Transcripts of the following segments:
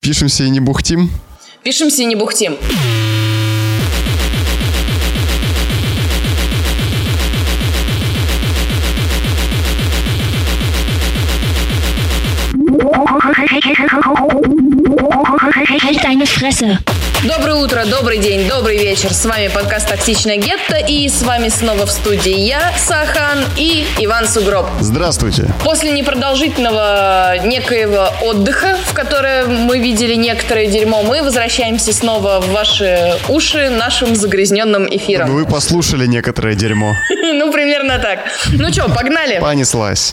Пишемся и не бухтим? Пишемся и не бухтим. Halt deine Fresse. Доброе утро, добрый день, добрый вечер. С вами подкаст «Токсичное гетто», и с вами снова в студии я, Сахан, и Иван Сугроб. Здравствуйте. После непродолжительного некоего отдыха, в котором мы видели некоторое дерьмо, мы возвращаемся снова в ваши уши нашим загрязненным эфиром. Вы послушали некоторое дерьмо. Ну, примерно так. Ну что, погнали? Понеслась.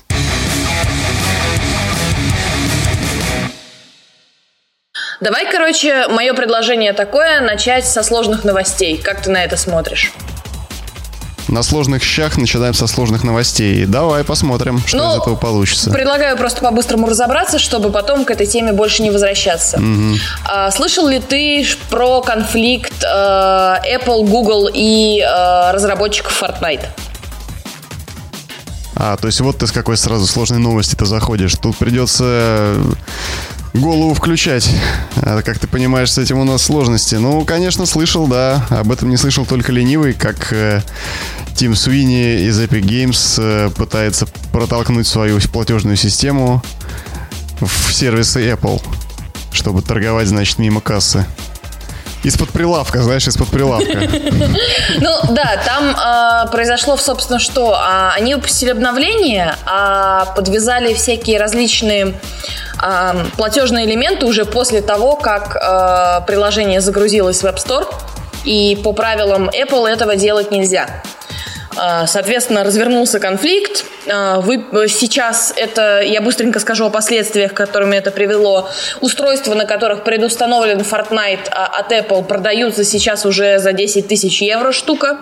Давай, короче, мое предложение такое, начать со сложных новостей. Как ты на это смотришь? На сложных щах начинаем со сложных новостей. Давай посмотрим, что из этого получится. Предлагаю просто по-быстрому разобраться, чтобы потом к этой теме больше не возвращаться. Слышал ли ты про конфликт Apple, Google и разработчиков Fortnite? То есть вот ты с какой сразу сложной новости-то заходишь. Тут придется голову включать. Как ты понимаешь, с этим у нас сложности. Ну, конечно, слышал, да. Об этом не слышал только ленивый, как Тим Суини из Epic Games пытается протолкнуть свою платежную систему в сервисы Apple, чтобы торговать, значит, мимо кассы. Из-под прилавка, знаешь, из-под прилавка. Ну, да, там произошло, собственно, что? Они выпустили обновление, подвязали всякие различные платежные элементы уже после того, как приложение загрузилось в App Store, и по правилам Apple этого делать нельзя. Соответственно, развернулся конфликт. Сейчас это, я быстренько скажу о последствиях, к которым это привело. Устройства, на которых предустановлен Fortnite от Apple, продаются сейчас уже за 10 тысяч евро штука.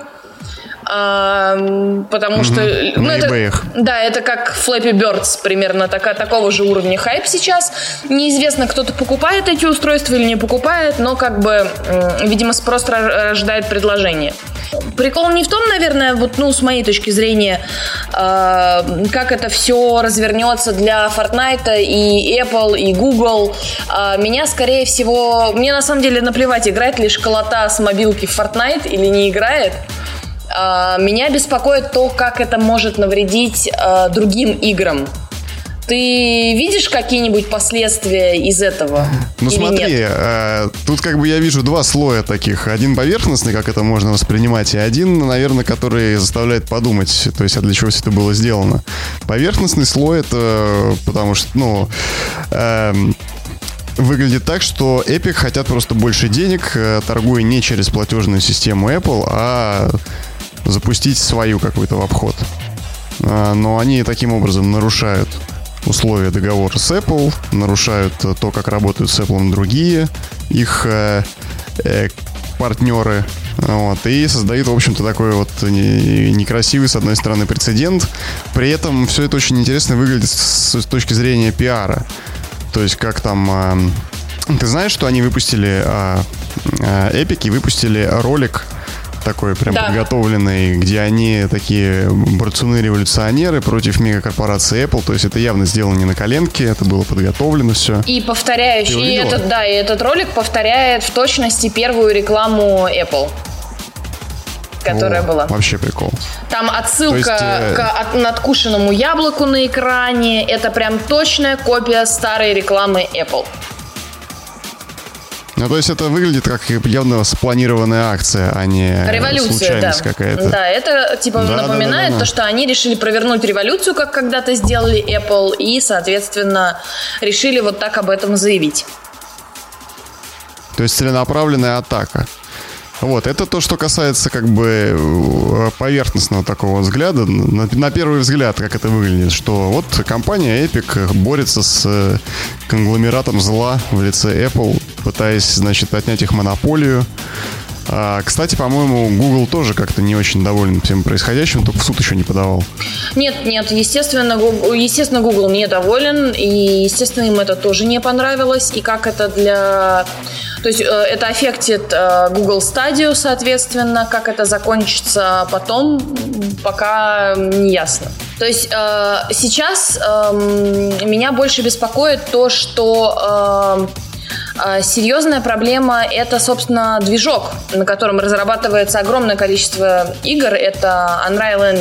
Потому что это как Flappy Birds, примерно такого же уровня хайп сейчас. Неизвестно, кто-то покупает эти устройства или не покупает, но видимо, спрос рождает предложение. Прикол не в том, наверное, с моей точки зрения, как это все развернется для Fortnite и Apple, и Google. Мне на самом деле наплевать, играет ли школота с мобилки в Fortnite или не играет. Меня беспокоит то, как это может навредить другим играм. Ты видишь какие-нибудь последствия из этого? Ну или смотри, нет? Тут я вижу два слоя таких. Один поверхностный, как это можно воспринимать, и один, наверное, который заставляет подумать, то есть, для чего все это было сделано. Поверхностный слой — это потому что, выглядит так, что Epic хотят просто больше денег, торгуя не через платежную систему Apple, а запустить свою какую-то в обход. Но они таким образом нарушают условия договора с Apple, нарушают то, как работают с Apple другие их партнеры. И создают, в общем-то, такой некрасивый, с одной стороны, прецедент. При этом все это очень интересно выглядит с точки зрения пиара. То есть, как там... Ты знаешь, что они выпустили... Эпики выпустили ролик такой прям подготовленный, где они такие борцуны-революционеры против мегакорпорации Apple. То есть, это явно сделано не на коленке, это было подготовлено все. И этот ролик повторяет в точности первую рекламу Apple, которая была. Вообще прикол. Там отсылка к надкушенному яблоку на экране. Это прям точная копия старой рекламы Apple. То есть это выглядит как явно спланированная акция, а не случайность какая-то. Да, это напоминает то, что они решили провернуть революцию, как когда-то сделали Apple, и, соответственно, решили вот так об этом заявить. То есть целенаправленная атака. Это то, что касается поверхностного такого взгляда. На первый взгляд, как это выглядит, что компания Epic борется с конгломератом зла в лице Apple, пытаясь, значит, отнять их монополию. Кстати, по-моему, Google тоже как-то не очень доволен всем происходящим, только в суд еще не подавал. Нет, естественно, Google не доволен, и, естественно, им это тоже не понравилось, и как это То есть это аффектит Google Stadia, соответственно, как это закончится потом, пока не ясно. То есть сейчас меня больше беспокоит то, что Серьезная проблема — это, собственно, движок, на котором разрабатывается огромное количество игр. Это Unreal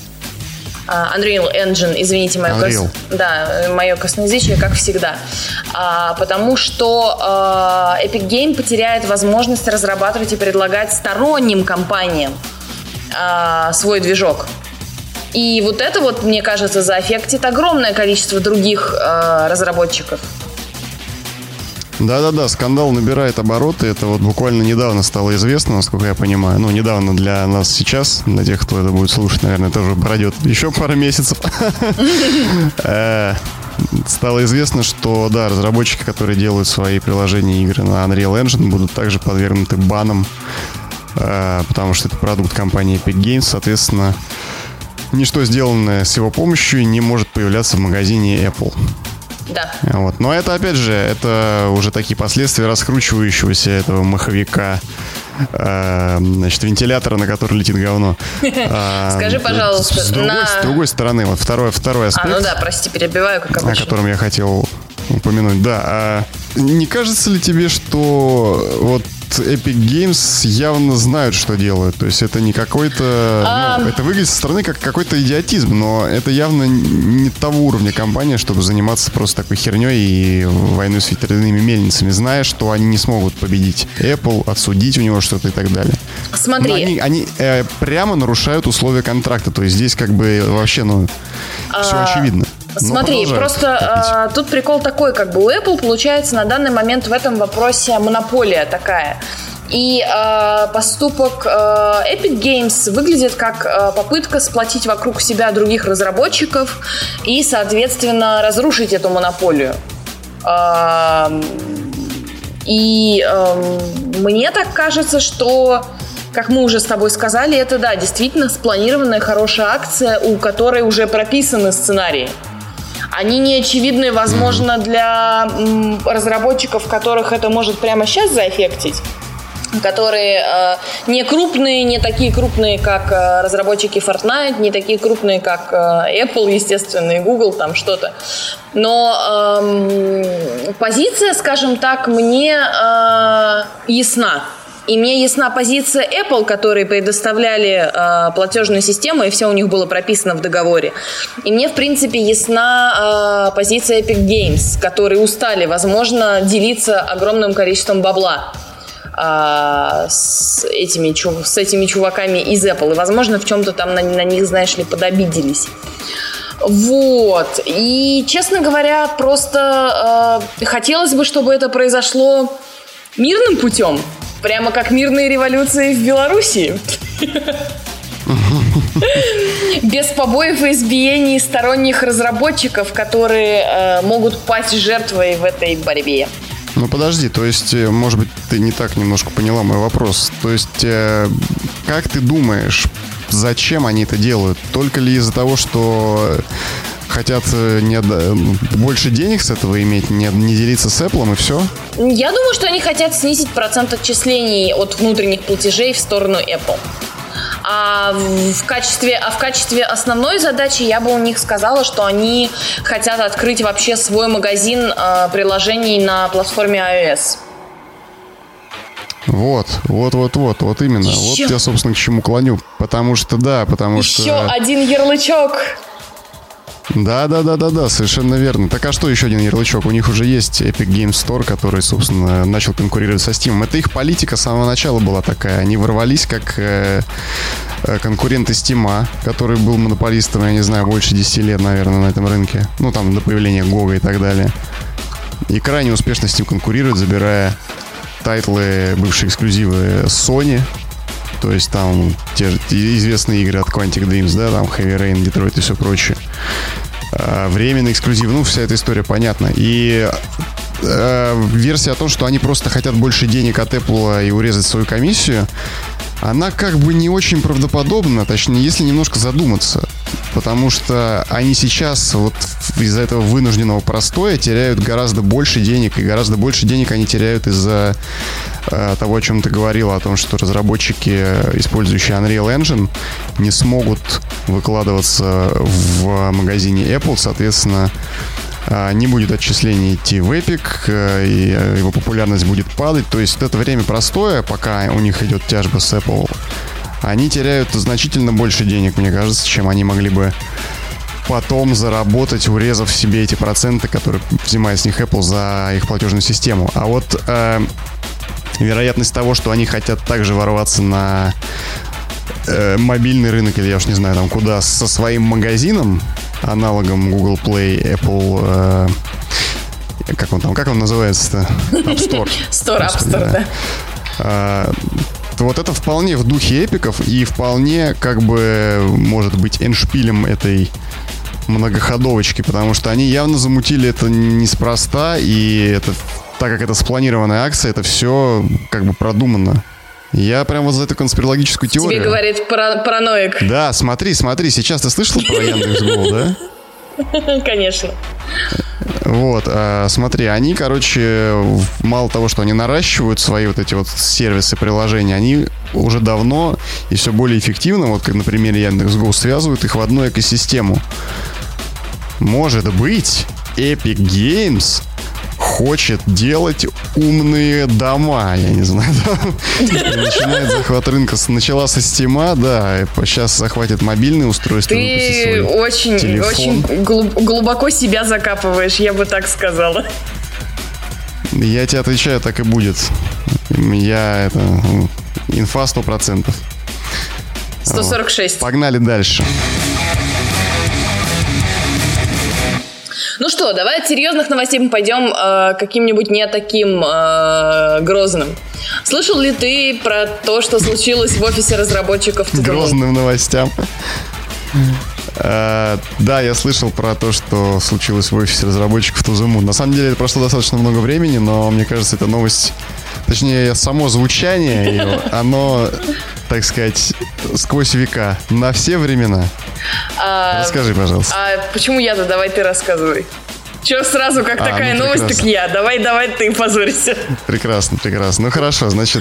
Engine, извините, мое косноязычие, как всегда. Потому что Epic Game потеряет возможность разрабатывать и предлагать сторонним компаниям свой движок. И вот это вот, мне кажется, заэффектит огромное количество других разработчиков. Да-да-да, скандал набирает обороты. Это вот буквально недавно стало известно, насколько я понимаю. Ну, недавно для нас сейчас, для тех, кто это будет слушать, наверное, тоже пройдет еще пару месяцев. Стало известно, что, да, разработчики, которые делают свои приложения и игры на Unreal Engine, будут также подвергнуты банам, потому что это продукт компании Epic Games, соответственно, ничто, сделанное с его помощью, не может появляться в магазине Apple. Да. Вот. Но это, опять же, это уже такие последствия раскручивающегося этого маховика, значит, вентилятора, на который летит говно. Скажи, пожалуйста, с другой стороны, вот второй аспект. Ну да, прости, перебиваю, как обычно. О котором я хотел упомянуть, да. Не кажется ли тебе, что вот Epic Games явно знают, что делают? То есть это не какой-то... это выглядит со стороны как какой-то идиотизм, но это явно не того уровня компания, чтобы заниматься просто такой херней и войной с ветряными мельницами, зная, что они не смогут победить Apple, отсудить у него что-то и так далее. Смотри. Они прямо нарушают условия контракта. То есть здесь как бы вообще, все очевидно. Смотри, просто тут прикол такой, как бы у Apple получается на данный момент в этом вопросе монополия такая. И поступок Epic Games выглядит как попытка сплотить вокруг себя других разработчиков и, соответственно, разрушить эту монополию. И мне так кажется, что, как мы уже с тобой сказали, это, да, действительно спланированная хорошая акция, у которой уже прописаны сценарии. Они не очевидны, возможно, для разработчиков, которых это может прямо сейчас заэффектить, которые не крупные, не такие крупные, как разработчики Fortnite, не такие крупные, как Apple, естественно, и Google, там что-то. Но позиция, скажем так, мне ясна. И мне ясна позиция Apple, которые предоставляли платежную систему, и все у них было прописано в договоре. И мне, в принципе, ясна позиция Epic Games, которые устали, возможно, делиться огромным количеством бабла с этими чуваками из Apple. И, возможно, в чем-то там на них, знаешь ли, подобиделись. Вот. И, честно говоря, просто хотелось бы, чтобы это произошло мирным путем. Прямо как мирные революции в Белоруссии. Без побоев и избиений сторонних разработчиков, которые могут пасть жертвой в этой борьбе. Ну подожди, то есть, может быть, ты не так немножко поняла мой вопрос. То есть, как ты думаешь, зачем они это делают? Только ли из-за того, что хотят больше денег с этого иметь, не делиться с Apple и все? Я думаю, что они хотят снизить процент отчислений от внутренних платежей в сторону Apple. А в качестве основной задачи я бы у них сказала, что они хотят открыть вообще свой магазин приложений на платформе iOS. Вот именно. Вот я, собственно, к чему клоню. Потому что. Еще один ярлычок. Да, совершенно верно. Так а что еще один ярлычок? У них уже есть Epic Games Store, который, собственно, начал конкурировать со Steam. Это их политика с самого начала была такая. Они ворвались как конкуренты Steam, который был монополистом, я не знаю, больше 10 лет, наверное, на этом рынке. Ну, там, до появления GOG и так далее. И крайне успешно с ним конкурируют, забирая тайтлы, бывшие эксклюзивы Sony. То есть там те же известные игры от Quantic Dreams, да, там Heavy Rain, Detroit и все прочее. Временный эксклюзив, вся эта история понятна. И версия о том, что они просто хотят больше денег от Apple и урезать свою комиссию, она как бы не очень правдоподобна, точнее, если немножко задуматься. Потому что они сейчас вот из-за этого вынужденного простоя теряют гораздо больше денег. И гораздо больше денег они теряют из-за того, о чем ты говорила, о том, что разработчики, использующие Unreal Engine, не смогут выкладываться в магазине Apple. Соответственно, не будет отчислений идти в Epic, и его популярность будет падать. То есть это время простое, пока у них идет тяжба с Apple. Они теряют значительно больше денег, мне кажется, чем они могли бы потом заработать, урезав себе эти проценты, которые взимает с них Apple за их платежную систему. А вот вероятность того, что они хотят также ворваться на мобильный рынок, или я уж не знаю, там куда, со своим магазином, аналогом Google Play, Apple, как он называется-то? App Store. App Store, да. Вот это вполне в духе эпиков и вполне как бы может быть эндшпилем этой многоходовочки, потому что они явно замутили это неспроста, и это, так как это спланированная акция, это все как бы продумано. Я прям вот за эту конспирологическую теорию. Тебе говорит параноик. Да, смотри, сейчас ты слышал про Яндекс.Го, да? Конечно. Вот, смотри, они, короче, мало того, что они наращивают свои вот эти вот сервисы, приложения, они уже давно и все более эффективно, вот как на примере Яндекс.Го, связывают их в одну экосистему. Может быть, Epic Games хочет делать умные дома, я не знаю. Начинает захват рынка. Начала со Steam, да, сейчас захватит мобильные устройства. Ты очень глубоко себя закапываешь, я бы так сказала. Я тебе отвечаю, так и будет. Инфа 100%. 146. Погнали дальше. Ну что, давай от серьезных новостей мы пойдем каким-нибудь не таким грозным. Слышал ли ты про то, что случилось в офисе разработчиков To The Moon? Грозным новостям. Да, я слышал про то, что случилось в офисе разработчиков To The Moon. На самом деле это прошло достаточно много времени, но мне кажется, эта новость, точнее, само звучание ее, оно, так сказать, сквозь века, на все времена. Расскажи, пожалуйста. А почему я-то? Давай ты рассказывай. Че сразу, как такая новость, прекрасно. Так я. Давай ты позорься. Прекрасно. Ну хорошо, значит,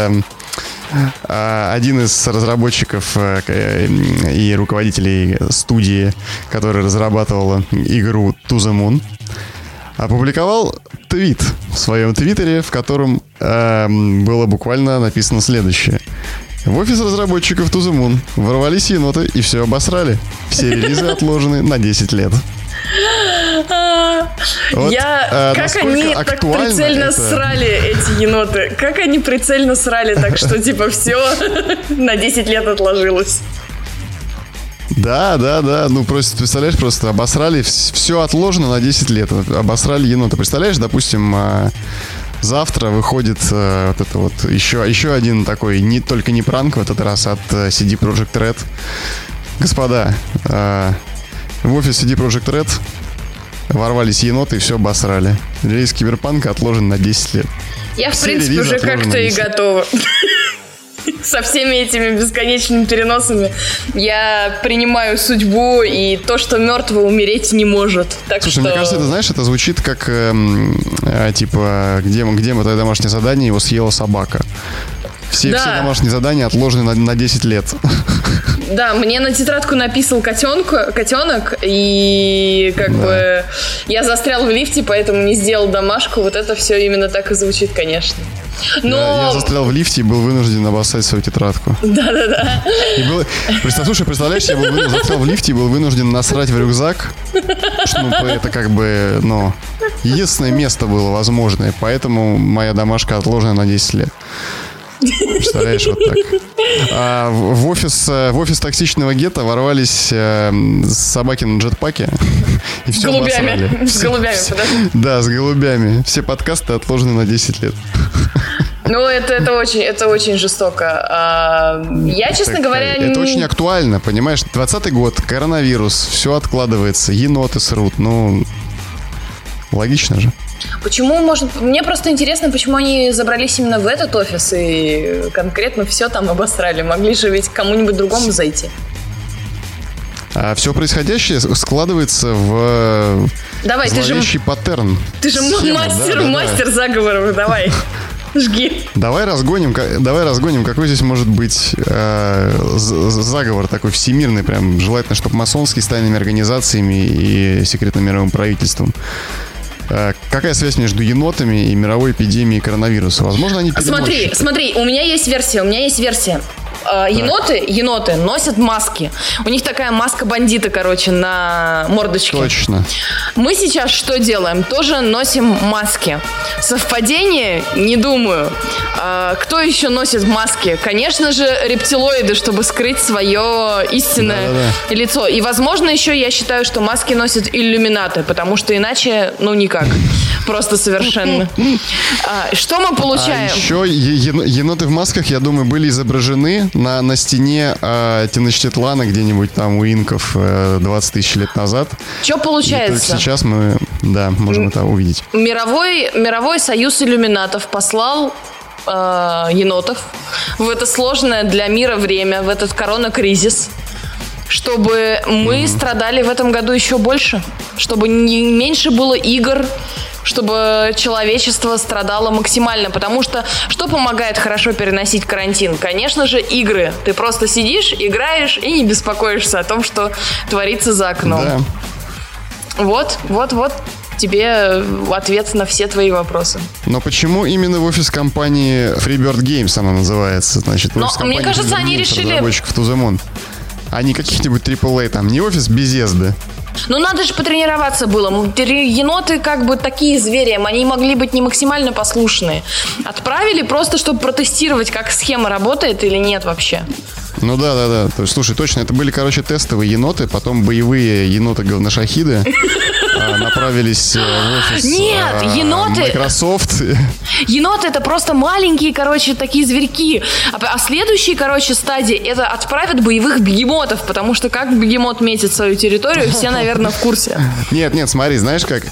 один из разработчиков и руководителей студии, которая разрабатывала игру To The Moon, опубликовал твит в своем твиттере, в котором было буквально написано следующее. В офис разработчиков To The Moon ворвались еноты и все обосрали. Все релизы отложены на 10 лет. Вот, как они так прицельно срали, эти еноты. Как они прицельно срали, так что типа все на 10 лет отложилось. Да. Ну, просто, представляешь, просто обосрали, все отложено на 10 лет. Обосрали еноты. Представляешь, допустим, завтра выходит вот это вот еще один такой, только не пранк в этот раз от CD Projekt Red. Господа, в офис CD Projekt Red ворвались еноты и все обосрали. Релиз Киберпанка отложен на 10 лет. Я, в принципе, уже как-то и готова. Со всеми этими бесконечными переносами я принимаю судьбу и то, что мертвый умереть не может. Слушай, мне кажется, это, знаешь, это звучит как типа, где мы твое домашнее задание, его съела собака. Все домашние задания отложены на 10 лет. Да, мне на тетрадку написал котенок, и как бы я застрял в лифте, поэтому не сделал домашку. Вот это все именно так и звучит, конечно. Но... Я застрял в лифте и был вынужден обоссать свою тетрадку. Да. Слушай, представляешь, я застрял в лифте и был вынужден насрать в рюкзак. Это как бы, единственное место было возможное, поэтому моя домашка отложена на 10 лет. Представляешь, вот так. В офис токсичного гетто ворвались собаки на джетпаке. И все обосрали. С голубями, подожди. Да, с голубями. Все подкасты отложены на 10 лет. Ну, это очень жестоко. Я, честно говоря... Это очень актуально, понимаешь? 20-й год, коронавирус, все откладывается, еноты срут. Логично же. Почему, мне просто интересно, почему они забрались именно в этот офис и конкретно все там обосрали. Могли же ведь кому-нибудь другому зайти. Все происходящее складывается в зловещий паттерн. Ты же мастер заговоров, давай. Жги. Давай разгоним, какой здесь может быть заговор такой всемирный, прям желательно, чтобы масонский, с тайными организациями и секретным мировым правительством. Какая связь между енотами и мировой эпидемией коронавируса? Возможно, они переносчики. Смотри, у меня есть версия. Еноты носят маски. У них такая маска бандита, на мордочке. Точно. Мы сейчас что делаем? Тоже носим маски. Совпадение? Не думаю. Кто еще носит маски? Конечно же, рептилоиды, чтобы скрыть свое истинное лицо. И, возможно, еще я считаю, что маски носят иллюминаты, потому что иначе, никак. Просто совершенно. Что мы получаем? А еще еноты в масках, я думаю, были изображены на стене Теночтитлана где-нибудь там у инков 20 тысяч лет назад. Что получается? И только сейчас мы, можем это увидеть. Мировой союз иллюминатов послал енотов в это сложное для мира время, в этот коронакризис, чтобы мы страдали в этом году еще больше, чтобы меньше было игр, чтобы человечество страдало максимально. Потому что помогает хорошо переносить карантин? Конечно же, игры. Ты просто сидишь, играешь и не беспокоишься о том, что творится за окном. Да. Вот тебе ответ на все твои вопросы. Но почему именно в офис компании Freebird Games она называется? Значит, мне кажется, они решили... разработчиков To The Moon. А не каких-нибудь AAA, там, не офис Bethesda. Надо же потренироваться было. Еноты такие звери, они могли быть не максимально послушные. Отправили просто, чтобы протестировать, как схема работает или нет вообще. Да. То есть, слушай, точно, это были, тестовые еноты, потом боевые еноты-говношахиды направились в офис еноты, Microsoft. Еноты — это просто маленькие, такие зверьки. А следующие, стадии — это отправят боевых бегемотов, потому что как бегемот метит свою территорию, все, наверное, в курсе. Нет, смотри, знаешь как?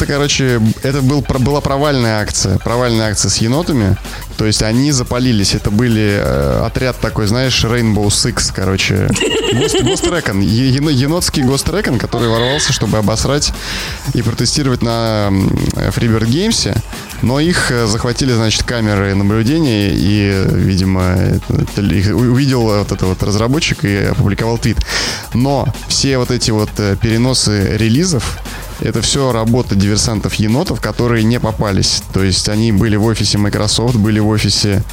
Это была провальная акция с енотами. То есть они запалились. Это были отряд такой, знаешь, Rainbow Six, Ghost Recon. Енотский Ghost Recon, который ворвался, чтобы обосрать и протестировать на Freebird Games. Но их захватили, камеры наблюдения. И, видимо, увидел этот разработчик и опубликовал твит. Но все эти переносы релизов, это все работа диверсантов-енотов, которые не попались. То есть они были в офисе Microsoft, были в офисе,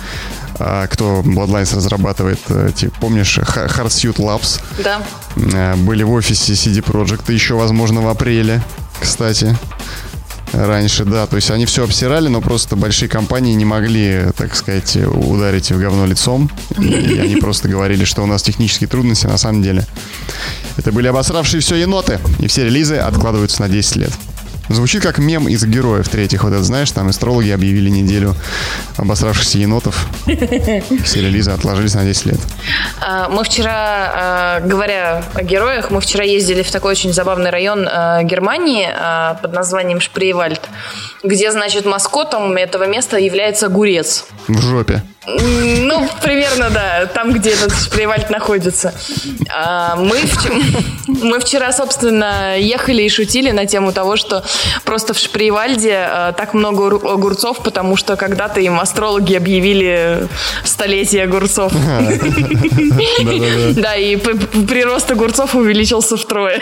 кто Bloodlines разрабатывает, помнишь, Hardsuit Labs? Да. Были в офисе CD Projekt еще, возможно, в апреле, кстати. Раньше, да, то есть они все обсирали, но просто большие компании не могли, так сказать, ударить в говно лицом. И они просто говорили, что у нас технические трудности, на самом деле это были обосравшие все еноты, и все релизы откладываются на 10 лет. Звучит как мем из героев третьих. Знаешь, там астрологи объявили неделю обосравшихся енотов. Все релизы отложились на 10 лет. Мы вчера, говоря о героях, мы вчера ездили в такой очень забавный район Германии под названием Шпрейвальд, где, маскотом этого места является огурец. В жопе. Примерно, да. Там, где этот Шпрейвальд находится. Мы вчера, собственно, ехали и шутили на тему того, что просто в Шпрейвальде так много огурцов, потому что когда-то им астрологи объявили столетие огурцов. Да, и прирост огурцов увеличился втрое.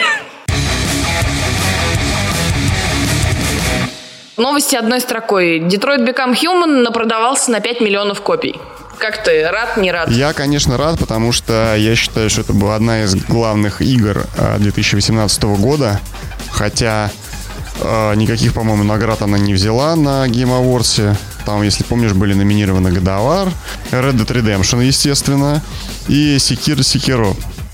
Новости одной строкой. Detroit Become Human напродавался на 5 миллионов копий. Как ты, рад, не рад? Я, конечно, рад, потому что я считаю, что это была одна из главных игр 2018 года. Хотя никаких, по-моему, наград она не взяла на Game Awards. Там, если помнишь, были номинированы God of War, Red Dead Redemption, естественно, и Секирова.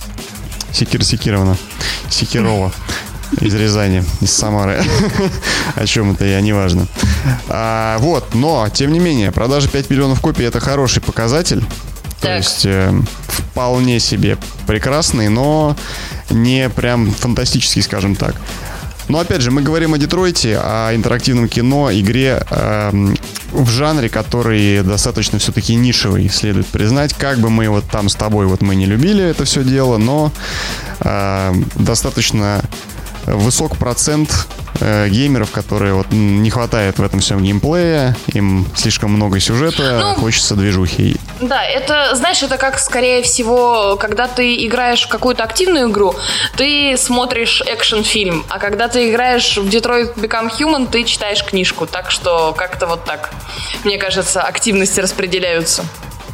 Из Рязани, из Самары. О чем это я, неважно. Но, тем не менее, продажи 5 миллионов копий — это хороший показатель. То есть вполне себе прекрасный, но не прям фантастический, скажем так. Но опять же, мы говорим о Детройте, о интерактивном кино, игре в жанре, который достаточно все-таки нишевый, следует признать. Как бы мы там с тобой мы не любили это все дело, но достаточно высок процент геймеров, которые вот не хватает в этом всем геймплея, им слишком много сюжета, хочется движухи. Да, это, знаешь, это как, скорее всего, когда ты играешь в какую-то активную игру, ты смотришь экшн-фильм, а когда ты играешь в Detroit Become Human, ты читаешь книжку. Так что как-то вот так, мне кажется, активности распределяются.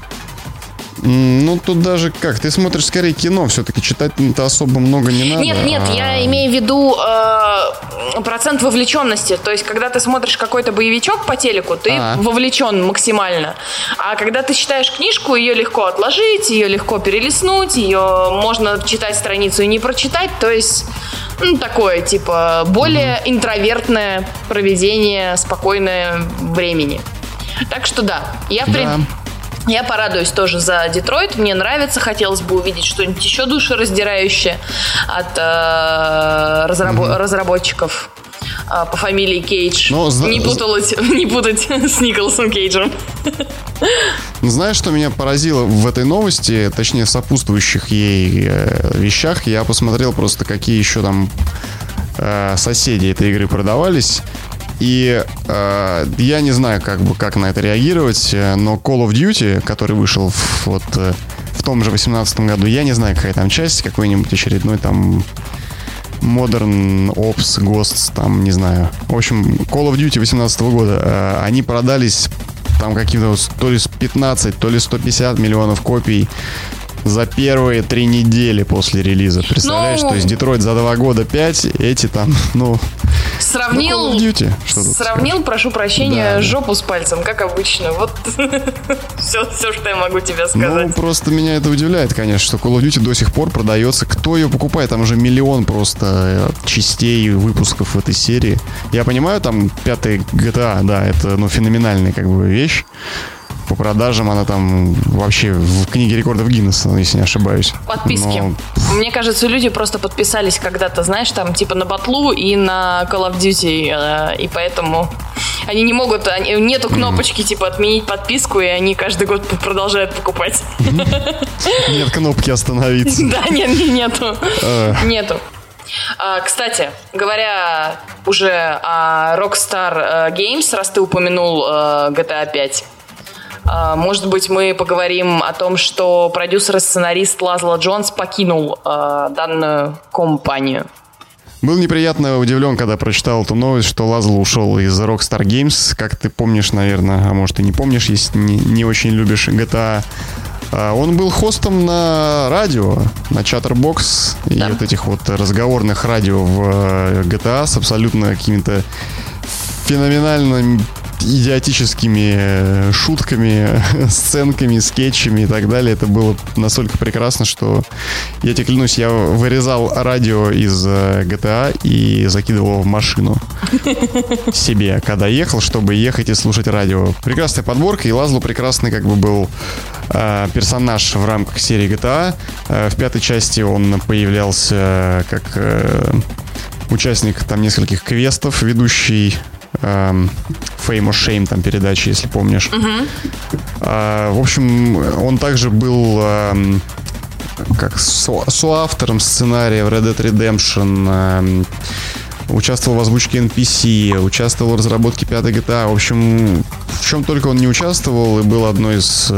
Ну, тут даже как, ты смотришь скорее кино, все-таки читать-то особо много не надо. Нет, я имею в виду процент вовлеченности. То есть, когда ты смотришь какой-то боевичок по телеку, ты вовлечен максимально. А когда ты читаешь книжку, ее легко отложить, ее легко перелистнуть, ее можно читать страницу и не прочитать. То есть, такое, типа, более интровертное проведение, спокойное времени. Так что да, я порадуюсь тоже за Детройт. Мне нравится. Хотелось бы увидеть что-нибудь еще душераздирающее от разработчиков по фамилии Кейдж. Не путать с Николасом Кейджем. Знаешь, что меня поразило в этой новости, точнее, в сопутствующих ей вещах? Я посмотрел просто, какие еще там соседи этой игры продавались. И я не знаю, как на это реагировать, но Call of Duty, который вышел в том же 2018 году, я не знаю, какая там часть, какой-нибудь очередной там Modern Ops, Ghosts, там, не знаю. В общем, Call of Duty 2018 года, они продались там каким-то то ли 15, то ли 150 миллионов копий за первые 3 недели после релиза. Представляешь, то есть Детройт за 2 года 5, эти там, Сравнил, прошу прощения, жопу с пальцем, как обычно. Вот все, что я могу тебе сказать. Просто меня это удивляет, конечно, что Call of Duty до сих пор продается. Кто ее покупает? Там уже миллион просто частей, выпусков этой серии. Я понимаю, там 5-й GTA, да, это феноменальная вещь. По продажам она там вообще в книге рекордов Гиннесса, если не ошибаюсь. Подписки. Мне кажется, люди просто подписались когда-то, знаешь, там типа на батлу и на Call of Duty, и поэтому они не могут, нету кнопочки типа отменить подписку, и они каждый год продолжают покупать. Нет кнопки остановиться. Да, нету. Нету. Кстати, говоря уже о Rockstar Games, раз ты упомянул GTA 5, может быть, мы поговорим о том, что продюсер и сценарист Лазло Джонс покинул данную компанию. Был неприятно удивлен, когда прочитал эту новость, что Лазло ушел из Rockstar Games. Как ты помнишь, наверное, а может и не помнишь, если не очень любишь GTA. Он был хостом на радио, на Chatterbox, и вот этих разговорных радио в GTA с абсолютно какими-то феноменальными идиотическими шутками, сценками, скетчами и так далее. Это было настолько прекрасно, что я тебе клянусь, я вырезал радио из GTA и закидывал его в машину себе, когда ехал, чтобы ехать и слушать радио. Прекрасная подборка, и Лазло прекрасный был персонаж в рамках серии GTA. В 5-й части он появлялся как участник там нескольких квестов, ведущий Fame or Shame там передачи, если помнишь. В общем, он также был как соавтором сценария в Red Dead Redemption, участвовал в озвучке NPC, участвовал в разработке 5-й GTA. В общем, в чем только он не участвовал, и был одной из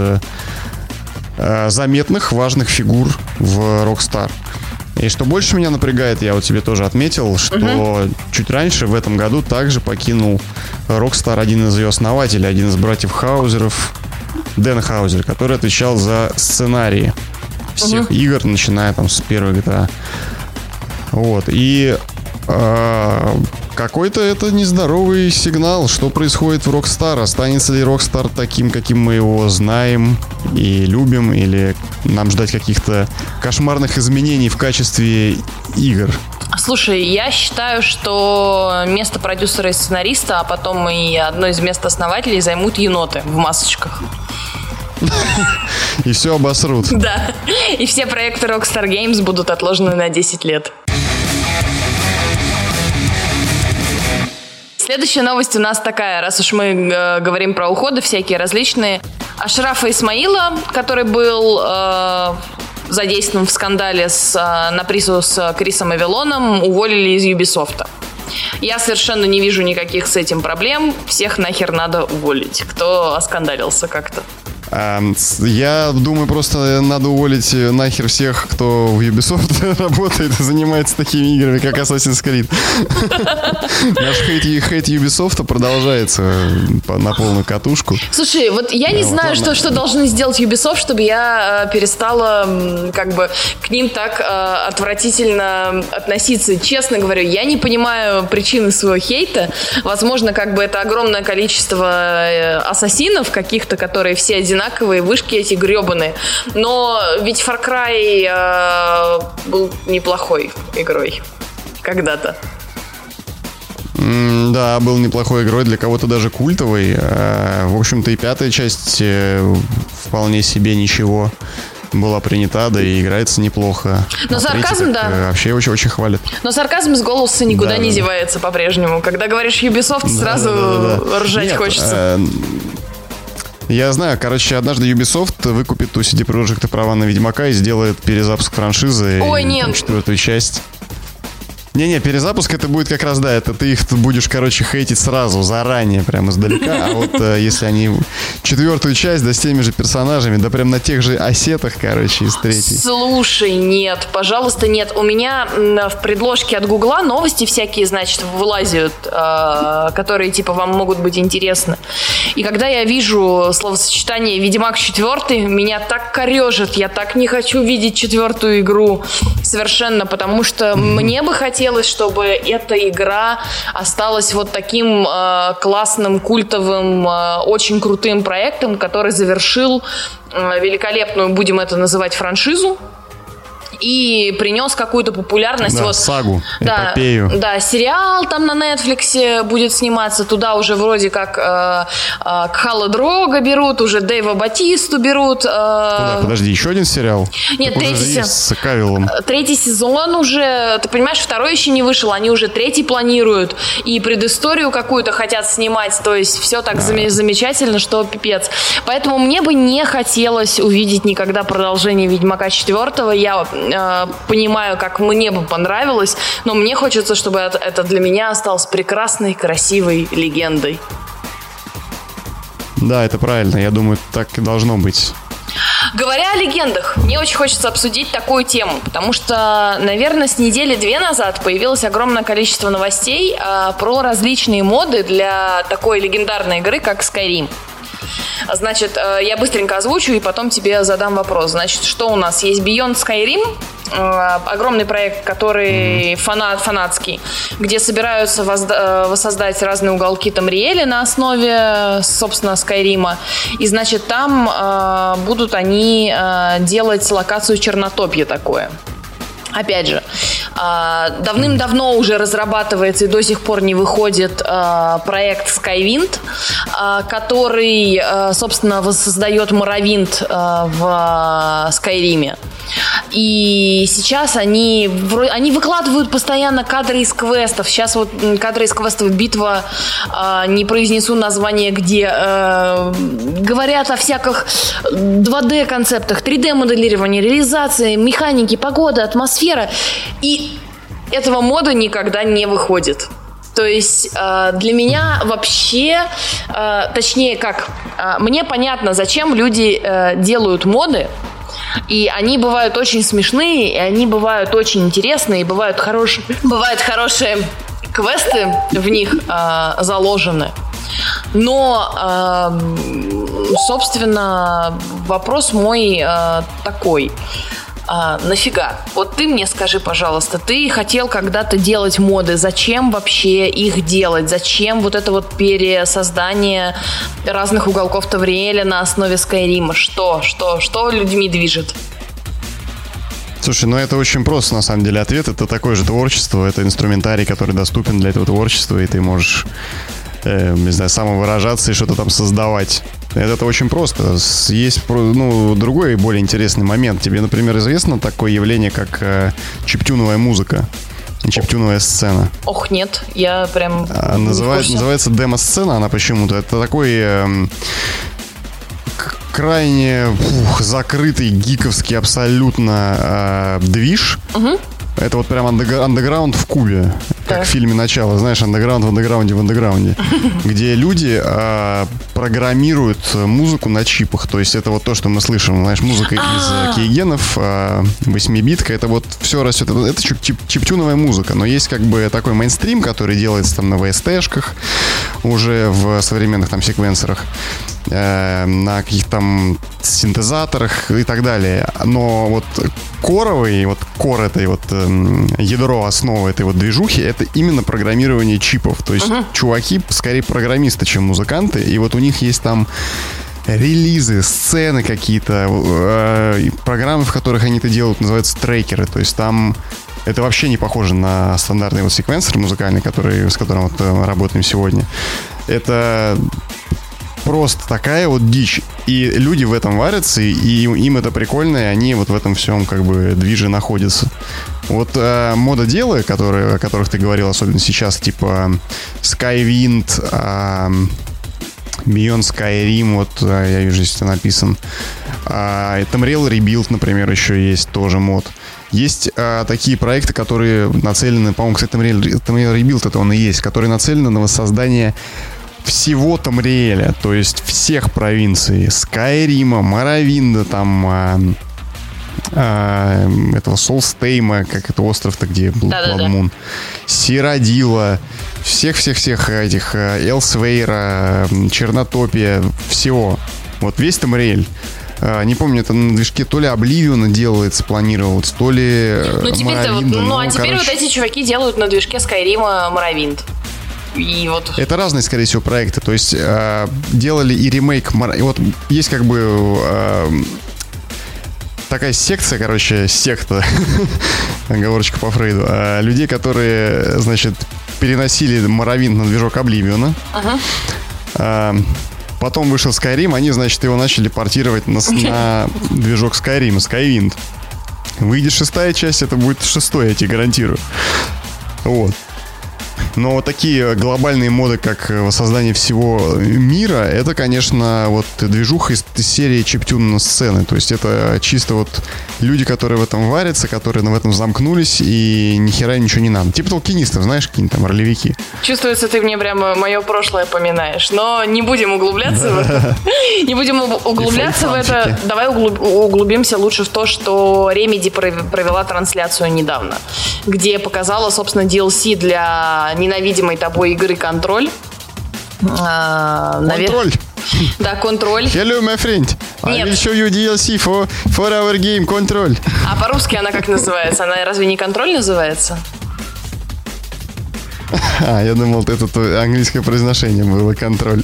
заметных, важных фигур в Rockstar. И что больше меня напрягает, я тебе тоже отметил, что чуть раньше, в этом году, также покинул Rockstar один из ее основателей, один из братьев Хаузеров, Дэн Хаузер, который отвечал за сценарии всех игр, начиная там с первой GTA. И какой-то это нездоровый сигнал, что происходит в Rockstar. Останется ли Rockstar таким, каким мы его знаем и любим, или нам ждать каких-то кошмарных изменений в качестве игр? Слушай, я считаю, что место продюсера и сценариста, а потом и одно из мест основателей займут еноты в масочках. И все обосрут. Да, и все проекты Rockstar Games будут отложены на 10 лет. Следующая новость у нас такая, раз уж мы говорим про уходы всякие различные. Ашрафа Исмаила, который был задействован в скандале на прису с Крисом Авелоном, уволили из Ubisoft. Я совершенно не вижу никаких с этим проблем. Всех нахер надо уволить, кто оскандалился как-то. Я думаю, просто надо уволить нахер всех, кто в Ubisoft работает и занимается такими играми, как Assassin's Creed. Наш хейт Ubisoft продолжается на полную катушку. Слушай, вот я не знаю, что должны сделать Ubisoft, чтобы я перестала как бы к ним так отвратительно относиться. Честно говорю, я не понимаю причины своего хейта. Возможно, как бы это огромное количество ассасинов каких-то, которые все одинаковые, вышки эти гребаные. Но ведь Far Cry был неплохой игрой когда-то. Да, был неплохой игрой, для кого-то даже культовой. В общем-то, и 5-я часть вполне себе ничего была принята, да и играется неплохо. Но сарказм, да. Вообще очень хвалят. Но сарказм с голоса никуда не девается по-прежнему. Когда говоришь Ubisoft, сразу ржать хочется. Я знаю, однажды Ubisoft выкупит у CD Projekt права на Ведьмака и сделает перезапуск франшизы. Ой, нет. 4-ю часть. Не-не, перезапуск это будет как раз, да, это ты их будешь, хейтить сразу, заранее, прям издалека. А вот если они 4-ю часть, да, с теми же персонажами, да прям на тех же ассетах, из 3-й. Слушай, нет, пожалуйста, нет. У меня в предложке от Гугла новости всякие, значит, вылазят, которые, типа, вам могут быть интересны. И когда я вижу словосочетание «Ведьмак 4», меня так корежит, я так не хочу видеть 4-ю игру совершенно, потому что мне бы хотелось, чтобы эта игра осталась вот таким классным, культовым, очень крутым проектом, который завершил великолепную, будем это называть, франшизу. И принес какую-то популярность. Да, сагу, эпопею. Да, сериал там на Netflix будет сниматься. Туда уже вроде как Кхала Дрога берут, уже Дэйва Батисту берут. Подожди, еще один сериал? Нет, третий сезон уже. Ты понимаешь, 2-й еще не вышел. Они уже 3-й планируют. И предысторию какую-то хотят снимать. То есть все так замечательно, что пипец. Поэтому мне бы не хотелось увидеть никогда продолжение Ведьмака 4-го. Я понимаю, как мне бы понравилось, но мне хочется, чтобы это для меня осталось прекрасной, красивой легендой. Да, это правильно. Я думаю, так и должно быть. Говоря о легендах, мне очень хочется обсудить такую тему, потому что, наверное, с недели-две назад появилось огромное количество новостей про различные моды для такой легендарной игры, как Skyrim. Значит, я быстренько озвучу и потом тебе задам вопрос. Значит, что у нас? Есть Beyond Skyrim, огромный проект, который фанатский, где собираются воссоздать разные уголки Тамриэля на основе, собственно, Скайрима. И, значит, там будут они делать локацию Чернотопья такое. Опять же, давным-давно уже разрабатывается и до сих пор не выходит проект Skywind, который, собственно, воссоздает Morrowind в Скайриме. И сейчас они выкладывают постоянно кадры из квестов. Сейчас вот кадры из квестов «Битва», не произнесу название где, говорят о всяких 2D-концептах, 3D-моделировании, реализации, механики, погоды, атмосфера. И этого мода никогда не выходит. То есть для меня вообще, точнее как, мне понятно, зачем люди делают моды. И они бывают очень смешные, и они бывают очень интересные, и бывают хорошие квесты в них заложены. Но, собственно, вопрос мой такой. Нафига? Вот ты мне скажи, пожалуйста, ты хотел когда-то делать моды, зачем вообще их делать? Зачем вот это вот пересоздание разных уголков Тавриэля на основе Скайрима? Что людьми движет? Слушай, это очень просто, на самом деле, ответ. Это такое же творчество, это инструментарий, который доступен для этого творчества, и ты можешь, не знаю, самовыражаться и что-то там создавать. Это очень просто. Есть другой более интересный момент. Тебе, например, известно такое явление, как чиптюновая музыка? Чиптюновая сцена. Ох, нет, я прям... Называется демо-сцена, она почему-то. Это такой крайне закрытый, гиковский абсолютно движ. Угу. Это вот прям андеграунд в Кубе. Как в фильме «Начало», знаешь, андеграунд в андеграунде в андеграунде, где люди программируют музыку на чипах. То есть это вот то, что мы слышим, знаешь, музыка из кейгенов, 8-битка, это вот все растет. Это чиптюновая музыка, но есть как бы такой мейнстрим, который делается там на VST-шках, уже в современных там секвенсорах, на каких-то там синтезаторах и так далее. Но вот коровый, вот кор этой вот ядро, основа этой вот движухи, это именно программирование чипов. То есть чуваки скорее программисты, чем музыканты, и вот у них есть там релизы, сцены какие-то, программы, в которых они это делают, называются трекеры. То есть там это вообще не похоже на стандартный вот секвенсор музыкальный, с которым вот работаем сегодня. Это просто такая вот дичь. И люди в этом варятся, и им это прикольно, и они вот в этом всем как бы движе находятся. Вот мододелы, о которых ты говорил, особенно сейчас, типа Skywind, Beyond Skyrim, вот я вижу, здесь это написан. Tamriel Rebuild, например, еще есть тоже мод. Есть такие проекты, которые нацелены, по-моему, кстати, Tamriel Rebuild это он и есть, которые нацелены на воссоздание всего Тамриэля, то есть всех провинций, Скайрима, Моровинда, там этого Солстейма, как это остров-то, где был Blood Moon, Сиродила, всех этих Элсвейра, Чернотопия, всего. Вот весь Тамриэль. Не помню, это на движке то ли Обливиона делается, планировалось, то ли Моровинда. Теперь вот эти чуваки делают на движке Скайрима Моровинд. И вот. Это разные, скорее всего, проекты. То есть делали и ремейк. Вот есть как бы такая секция, секта, оговорочка по Фрейду, людей, которые, значит, переносили Моровинд на движок Обливиона. Потом вышел Skyrim, они, значит, его начали портировать на движок Skyrim, Skywind. Выйдет 6-я часть, это будет 6-й, я тебе гарантирую. Вот. Но вот такие глобальные моды, как воссоздание всего мира, это, конечно, вот движуха из серии чиптюн сцены. То есть это чисто вот люди, которые в этом варятся, которые в этом замкнулись, и ни хера ничего не надо. Типа толкинистов, знаешь, какие-нибудь там ролевики. Чувствуется, ты мне прямо мое прошлое поминаешь. Но не будем углубляться в это. Не будем углубляться в это. Давай углубимся лучше в то, что Remedy провела трансляцию недавно, где показала, собственно, DLC для ненавидимой тобой игры «Контроль». Контроль? Да, «Контроль». Hello, my friend. I will show you DLC for our game «Контроль». А по-русски она как называется? Она разве не «Контроль» называется? Я думал, это английское произношение было «Контроль».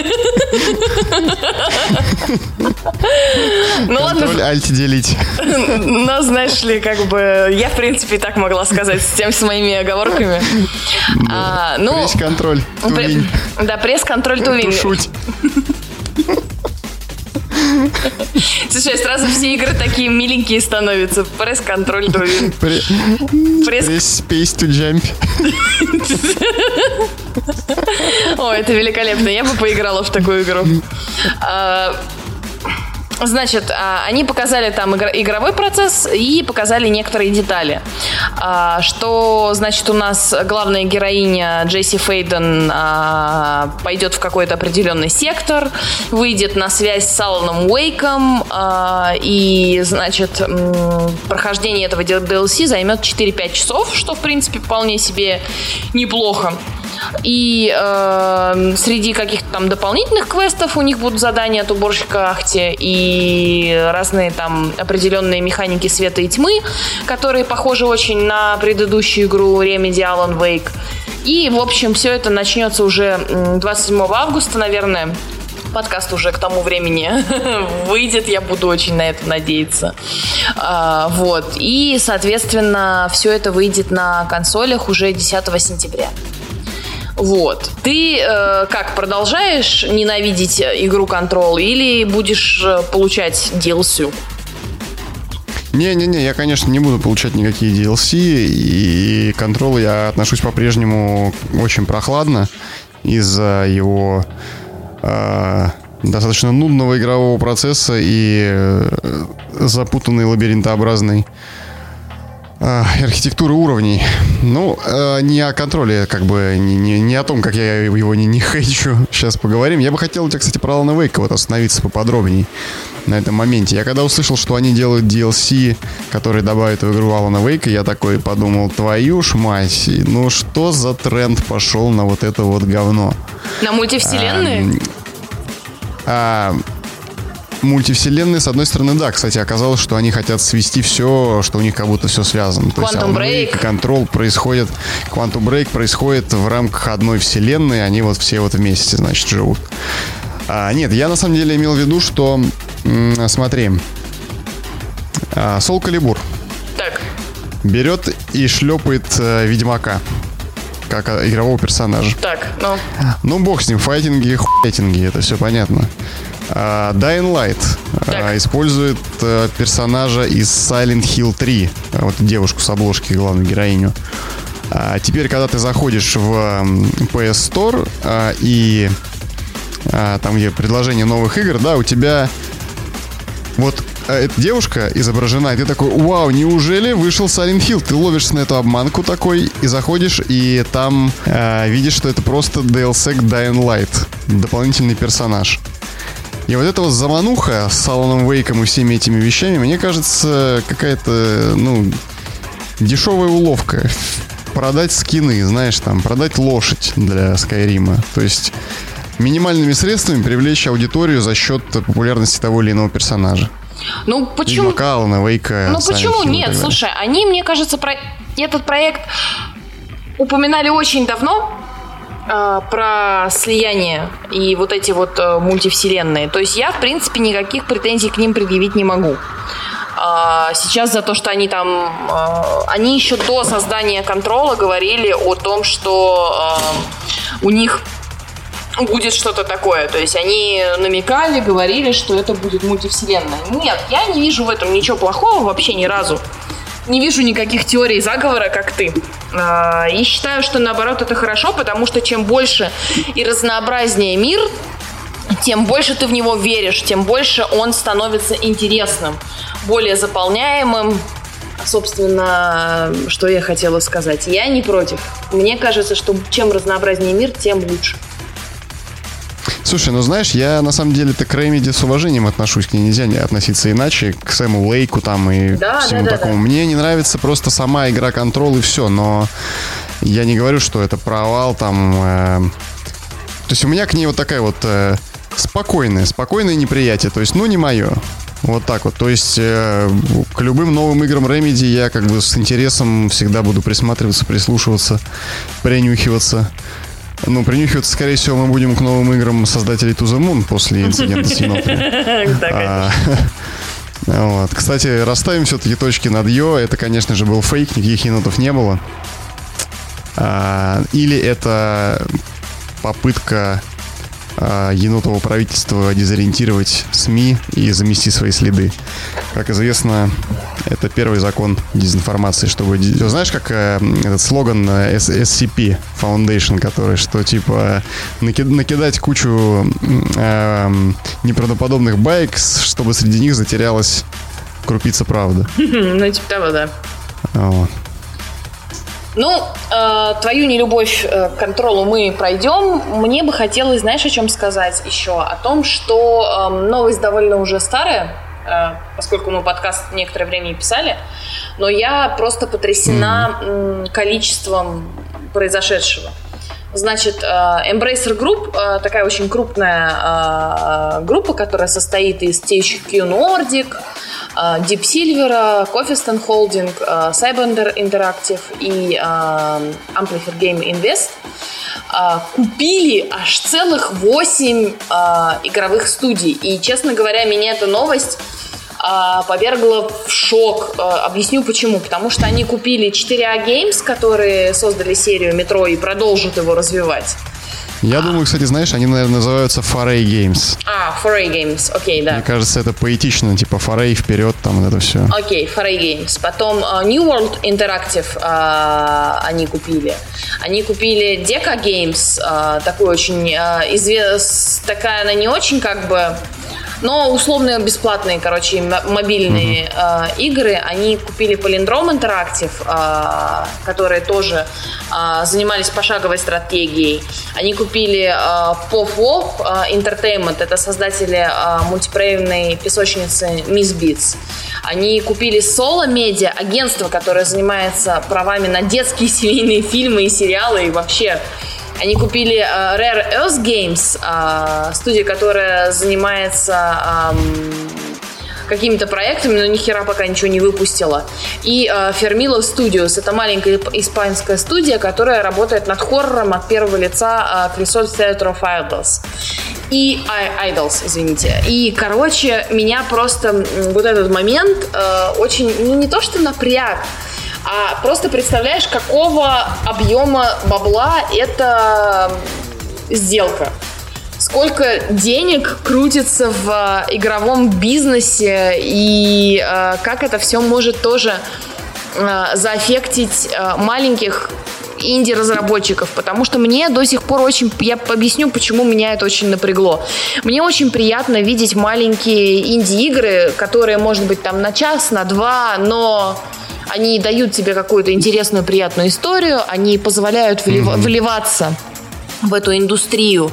Ну ладно. Контроль, альт, делить. Ну, знаешь ли, как бы я, в принципе, и так могла сказать с моими оговорками. Пресс-контроль, тувинь. Да, пресс-контроль, тувинь. Тушуть. Слушай, сразу все игры такие миленькие становятся. Пресс-контроль, тувинь. Пресс-space to jump. О, это великолепно. Я бы поиграла в такую игру. Значит, они показали там игровой процесс и показали некоторые детали. Что, значит, у нас главная героиня Джесси Фейден пойдет в какой-то определенный сектор, выйдет на связь с Аланом Уэйком, и, значит, прохождение этого DLC займет 4-5 часов, что, в принципе, вполне себе неплохо. И среди каких-то там дополнительных квестов у них будут задания от уборщика Ахти и разные там определенные механики света и тьмы, которые похожи очень на предыдущую игру Remedy Alan Wake. И, в общем, все это начнется уже 27 августа, наверное. Подкаст уже к тому времени выйдет, я буду очень на это надеяться. Вот. И, соответственно, все это выйдет на консолях уже 10 сентября. Вот. Ты как, продолжаешь ненавидеть игру Control или будешь получать DLC? Не-не-не, я, конечно, не буду получать никакие DLC, и к Control я отношусь по-прежнему очень прохладно из-за его достаточно нудного игрового процесса и запутанной лабиринтообразной архитектуры уровней. Ну, не о контроле, как бы, не о том, как я его не хейчу. Сейчас поговорим. Я бы хотел у тебя, кстати, про Алана Вейка вот остановиться поподробней на этом моменте. Я когда услышал, что они делают DLC, который добавит в игру Алана Вейка, я такой подумал, твою ж мать, ну что за тренд пошел на вот это вот говно? На мультивселенные? Мультивселенные, с одной стороны, да. Кстати, оказалось, что они хотят свести все, что у них как будто все связано. То есть Quantum Break. Control происходит, Quantum Break происходит в рамках одной вселенной, они вот все вот вместе, значит, живут. Нет, я на самом деле имел в виду, что, смотри, Soul Calibur берет и шлепает Ведьмака как игрового персонажа. Так, ну бог с ним, файтинги и хуятинги, это все понятно. Dying Light использует персонажа из Silent Hill 3, вот девушку с обложки, главную героиню. Теперь, когда ты заходишь в PS Store и там, где предложение новых игр, да, у тебя вот эта девушка изображена, и ты такой, вау, неужели вышел Silent Hill? Ты ловишься на эту обманку такой и заходишь, и там видишь, что это просто DLC к Dying Light, дополнительный персонаж. И вот эта вот замануха с Аланом Вейком и всеми этими вещами, мне кажется, какая-то, дешевая уловка. Продать скины, знаешь, там, продать лошадь для Скайрима. То есть минимальными средствами привлечь аудиторию за счет популярности того или иного персонажа. Ну, почему? Ведьмака, Алана Вейка. Ну, почему нет? Слушай, они, мне кажется, этот проект упоминали очень давно, про слияние и вот эти вот мультивселенные. То есть я, в принципе, никаких претензий к ним предъявить не могу. Сейчас за то, что они там... Они еще до создания Контрола говорили о том, что у них будет что-то такое. То есть они намекали, говорили, что это будет мультивселенная. Нет, я не вижу в этом ничего плохого вообще ни разу. Не вижу никаких теорий заговора, как ты. И считаю, что наоборот это хорошо, потому что чем больше и разнообразнее мир, тем больше ты в него веришь, тем больше он становится интересным, более заполняемым. Собственно, что я хотела сказать. Я не против. Мне кажется, что чем разнообразнее мир, тем лучше. Слушай, знаешь, я на самом деле к Remedy с уважением отношусь, к ней нельзя не относиться иначе, к Сэму Лейку там и всему такому. Да. Мне не нравится просто сама игра Control и все, но я не говорю, что это провал там. То есть у меня к ней вот такая вот спокойное неприятие, то есть, не мое. Вот так вот. То есть к любым новым играм Remedy я как бы с интересом всегда буду присматриваться, прислушиваться, принюхиваться. Принюхиваться, скорее всего, мы будем к новым играм создателей To The Moon после инцидента с енотами. Вот. Кстати, расставим все-таки точки над «ё». Это, конечно же, был фейк, никаких енотов не было. Или это попытка енотового правительства дезориентировать СМИ и замести свои следы. Как известно, это первый закон дезинформации, чтобы... Знаешь, как этот слоган SCP Foundation, который, что типа накидать кучу неправдоподобных баек, чтобы среди них затерялась крупица правды. Типа того, да. Вот. Твою нелюбовь к Контролу мы пройдем. Мне бы хотелось, знаешь, о чем сказать еще? О том, что новость довольно уже старая, поскольку мы подкаст некоторое время не писали, но я просто потрясена количеством произошедшего. Значит, Embracer Group, такая очень крупная группа, которая состоит из THQ Nordic, Deep Silver, Coffee Holding, Cyber Interactive и Amplifier Game Invest, купили аж целых 8 игровых студий. И, честно говоря, меня эта новость повергла в шок. Объясню почему. Потому что они купили 4A Games, которые создали серию Metro и продолжат его развивать. Я думаю, кстати, знаешь, они, наверное, называются Foray Games. Foray Games, окей, да. Мне кажется, это поэтично, типа Foray вперед, там вот это все. Окей, Foray Games. Потом New World Interactive они купили. Они купили Deca Games, такой очень такая она не очень как бы Но условно бесплатные, короче, мобильные игры. Они купили Palindrome Interactive, которые тоже занимались пошаговой стратегией. Они купили POF Entertainment, это создатели мультиплеерной песочницы Miss Beats. Они купили Solo Media, агентство, которое занимается правами на детские семейные фильмы и сериалы, и вообще. Они купили Rare Earth Games, студия, которая занимается какими-то проектами, но ни хера пока ничего не выпустила. И Fermilo Studios, это маленькая испанская студия, которая работает над хоррором от первого лица Cresol Theater of Idols. И Idols, извините. И, короче, меня просто вот этот момент очень, ну не то что напряг, а просто представляешь, какого объема бабла эта сделка. Сколько денег крутится в игровом бизнесе и как это все может тоже заэффектить маленьких инди-разработчиков, потому что мне до сих пор очень... Я объясню, почему меня это очень напрягло. Мне очень приятно видеть маленькие инди-игры, которые, может быть, там на час, на два, но они дают тебе какую-то интересную, приятную историю, они позволяют вливаться в эту индустрию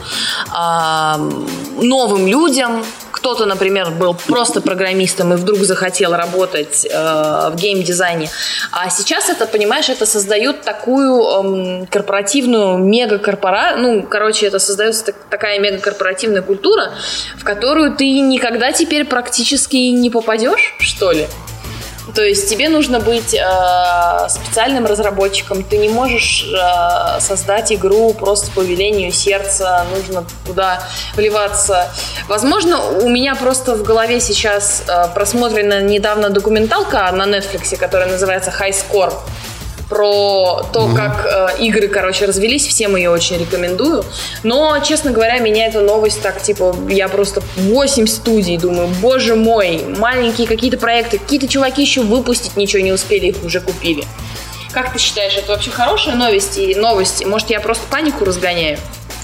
новым людям. Кто-то, например, был просто программистом и вдруг захотел работать в геймдизайне. А сейчас это, понимаешь, это создает такую корпоративную мегакорпорацию. Ну, короче, это создается такая мегакорпоративная культура, в которую ты никогда теперь практически не попадешь, что ли. То есть тебе нужно быть специальным разработчиком. Ты не можешь создать игру просто по велению сердца. Нужно туда вливаться. Возможно, у меня просто в голове сейчас просмотрена недавно документалка на Netflix, которая называется High Score. Про то, как игры, короче, развелись. Всем ее очень рекомендую. Но, честно говоря, меня эта новость так, типа, я просто 8 студий думаю, боже мой, маленькие какие-то проекты, какие-то чуваки еще выпустить ничего не успели, их уже купили. Как ты считаешь, это вообще хорошие новости? Может, я просто панику разгоняю?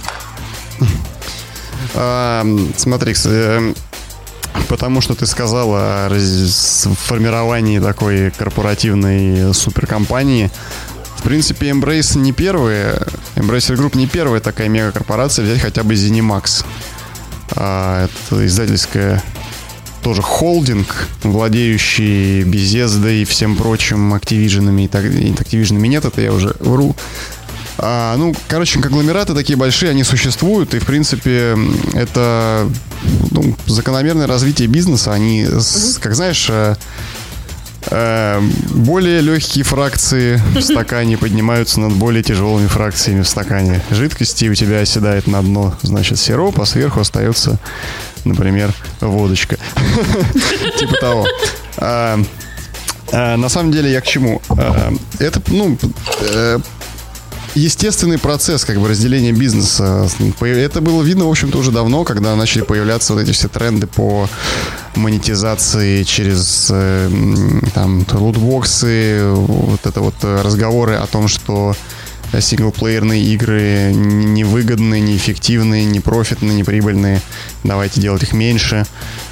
Смотри, потому что ты сказала о формировании такой корпоративной суперкомпании. В принципе, Embracer Group не первая такая мегакорпорация. Взять хотя бы ZeniMax. Это издательская тоже холдинг, владеющий Bethesda и всем прочим Activision'ами. Activision'ами нет, это я уже вру. Конгломераты такие большие, они существуют, и, в принципе, это закономерное развитие бизнеса. Они, как знаешь, более легкие фракции в стакане поднимаются над более тяжелыми фракциями в стакане жидкости, и у тебя оседает на дно, значит, сироп, а сверху остается, например, водочка. Типа того. На самом деле, я к чему? Это, естественный процесс, как бы, разделения бизнеса. Это было видно, в общем-то, уже давно, когда начали появляться вот эти все тренды по монетизации через лутбоксы, вот это вот разговоры о том, что синглплеерные игры невыгодны, неэффективны, непрофитны, неприбыльные. Давайте делать их меньше.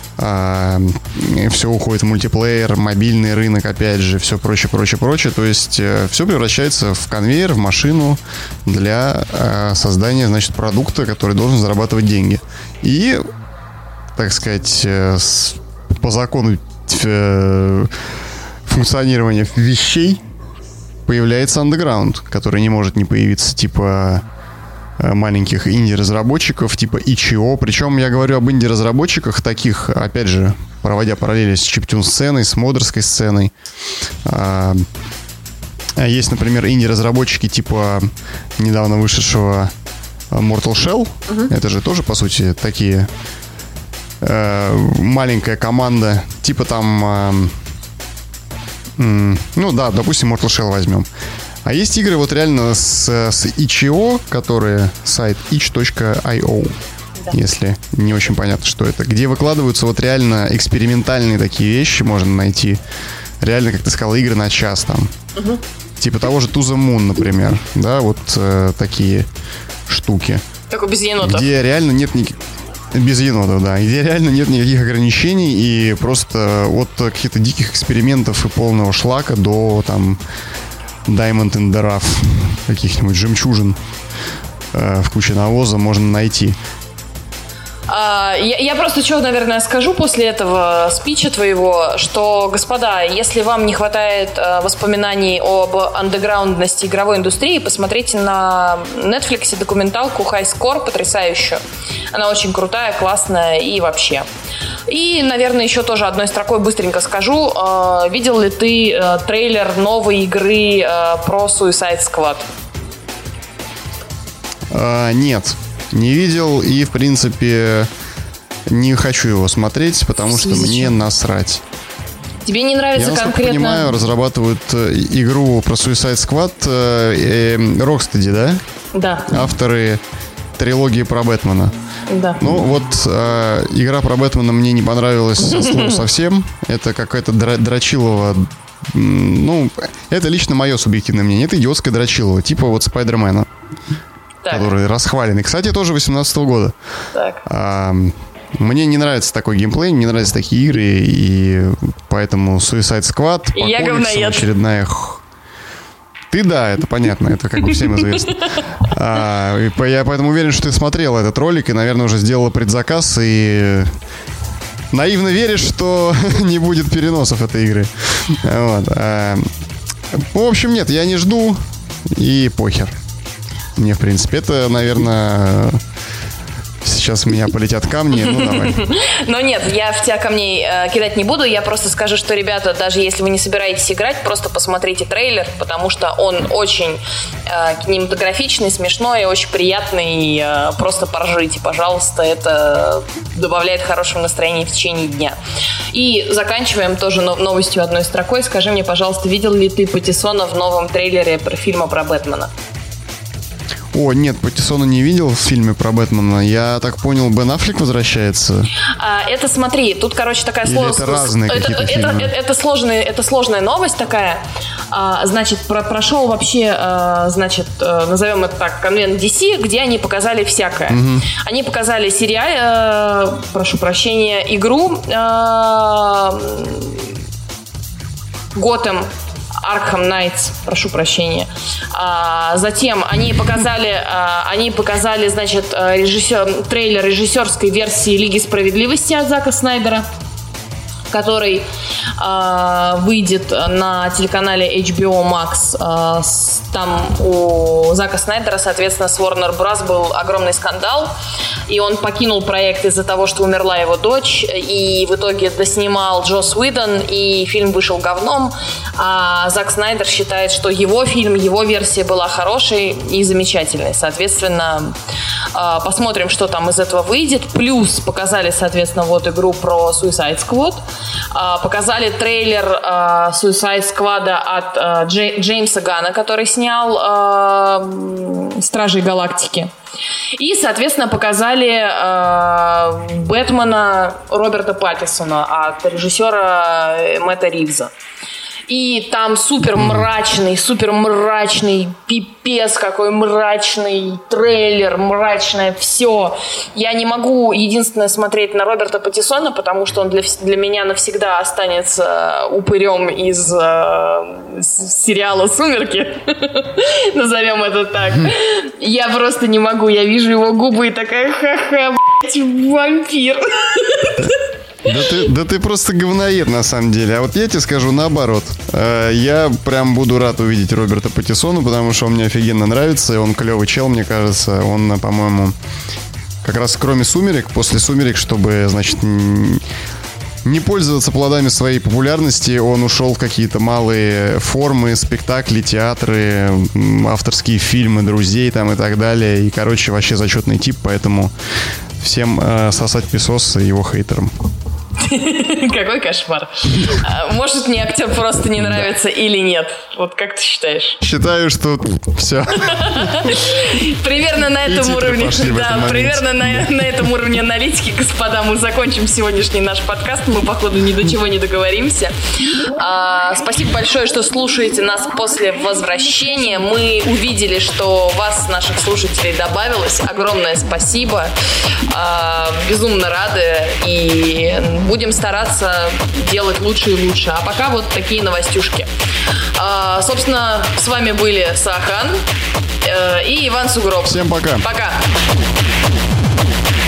Все уходит в мультиплеер, мобильный рынок, опять же, все прочее. То есть все превращается в конвейер, в машину для создания, значит, продукта, который должен зарабатывать деньги. И, так сказать, по закону функционирования вещей появляется андеграунд, который не может не появиться, типа маленьких инди-разработчиков типа itch.io. Причем я говорю об инди-разработчиках таких, опять же, проводя параллели с чиптюн-сценой, с модерской сценой. Есть, например, инди-разработчики типа недавно вышедшего Mortal Shell. Это же тоже, по сути, такие маленькая команда. Типа там... допустим, Mortal Shell возьмем. А есть игры вот реально с itch.io, которые сайт itch.io, если не очень понятно, что это, где выкладываются вот реально экспериментальные такие вещи, можно найти. Реально, как ты сказал, игры на час там. Типа того же To The Moon, например. Да, вот такие штуки. Только без енотов. Где реально нет никаких... Без енотов, да. Где реально нет никаких ограничений, и просто от каких-то диких экспериментов и полного шлака до там Diamond in the Rough, каких-нибудь жемчужин в куче навоза можно найти. Я просто что, наверное, скажу после этого спича твоего, что, господа, если вам не хватает воспоминаний об андеграундности игровой индустрии, посмотрите на Netflix документалку High Score, потрясающую. Она очень крутая, классная и вообще. И, наверное, еще тоже одной строкой быстренько скажу. Видел ли ты трейлер новой игры про Suicide Squad? Нет. Не видел и, в принципе, не хочу его смотреть, потому что мне насрать. Тебе не нравится конкретно? Я понимаю, разрабатывают игру про Suicide Squad Rocksteady, да? Да. Авторы трилогии про Бэтмена. Да. Ну вот игра про Бэтмена мне не понравилась совсем. Это какая-то дрочилова. Ну, это лично мое субъективное мнение. Это идиотская дрочилова, типа вот Спайдермена. Так. Который расхваленный. Кстати, тоже 18-го года. Так. Мне не нравится такой геймплей, мне нравятся такие игры, и поэтому Suicide Squad по комиксам очередная... Ты да, это понятно, это как бы всем известно. Я поэтому уверен, что ты смотрел этот ролик и, наверное, уже сделала предзаказ, и наивно веришь, что не будет переносов этой игры. Вот. В общем, нет, я не жду, и похер. Мне, в принципе, это, наверное... Сейчас в меня полетят камни, ну давай. Но нет, я в тебя камней кидать не буду. Я просто скажу, что, ребята, даже если вы не собираетесь играть, просто посмотрите трейлер, потому что он очень кинематографичный, смешной, очень приятный. Просто поржите, пожалуйста. Это добавляет хорошего настроения в течение дня. И заканчиваем тоже новостью одной строкой. Скажи мне, пожалуйста, видел ли ты Паттисона в новом трейлере фильма про Бэтмена? О, нет, Паттисона не видел в фильме про Бэтмена. Я так понял, Бен Аффлек возвращается? Это, смотри, тут, короче, такая сложная... это разные какие-то фильмы? Это сложная новость такая. Значит, прошел вообще, значит, назовем это так, конвент DC, где они показали всякое. Угу. Они показали сериал, прошу прощения, игру Готэм Arkham Knights, прошу прощения. Затем они показали, значит, трейлер режиссерской версии Лиги Справедливости от Зака Снайдера, который выйдет на телеканале HBO Max. Там у Зака Снайдера, соответственно, с Warner Bros. Был огромный скандал, и он покинул проект из-за того, что умерла его дочь, и в итоге доснимал Джосс Уидон, и фильм вышел говном. А Зак Снайдер считает, что его фильм, его версия была хорошей и замечательной. Соответственно, посмотрим, что там из этого выйдет. Плюс показали, соответственно, вот игру про Suicide Squad. Показали трейлер Suicide Squad от Джеймса Ганна, который снял Стражей Галактики. И, соответственно, показали Бэтмена Роберта Паттисона от режиссера Мэтта Ривза. И там супер мрачный, пипец какой мрачный трейлер, мрачное все. Я не могу, единственное, смотреть на Роберта Паттисона, потому что он для меня навсегда останется упырем из сериала «Сумерки». Назовем это так. Я просто не могу, я вижу его губы и такая, ха-ха, блядь, вампир. Да ты просто говноед, на самом деле. А вот я тебе скажу наоборот. Я прям буду рад увидеть Роберта Паттисона, потому что он мне офигенно нравится, и он клевый чел, мне кажется. Он, по-моему, как раз кроме «Сумерек», после «Сумерек», чтобы, значит, не пользоваться плодами своей популярности, он ушел в какие-то малые формы, спектакли, театры, авторские фильмы, друзей там и так далее. И, короче, вообще зачетный тип, поэтому всем сосать песос его хейтерам. Какой кошмар. Может, мне актер просто не нравится или нет? Вот как ты считаешь? Считаю, что все. Примерно на этом уровне. Да, примерно на этом уровне аналитики, господа, мы закончим сегодняшний наш подкаст. Мы, походу, ни до чего не договоримся. Спасибо большое, что слушаете нас после возвращения. Мы увидели, что вас, наших слушателей, добавилось. Огромное спасибо. Безумно рады. И будем стараться делать лучше и лучше. А пока вот такие новостюшки. Собственно, с вами были Саахан и Иван Сугроб. Всем пока. Пока.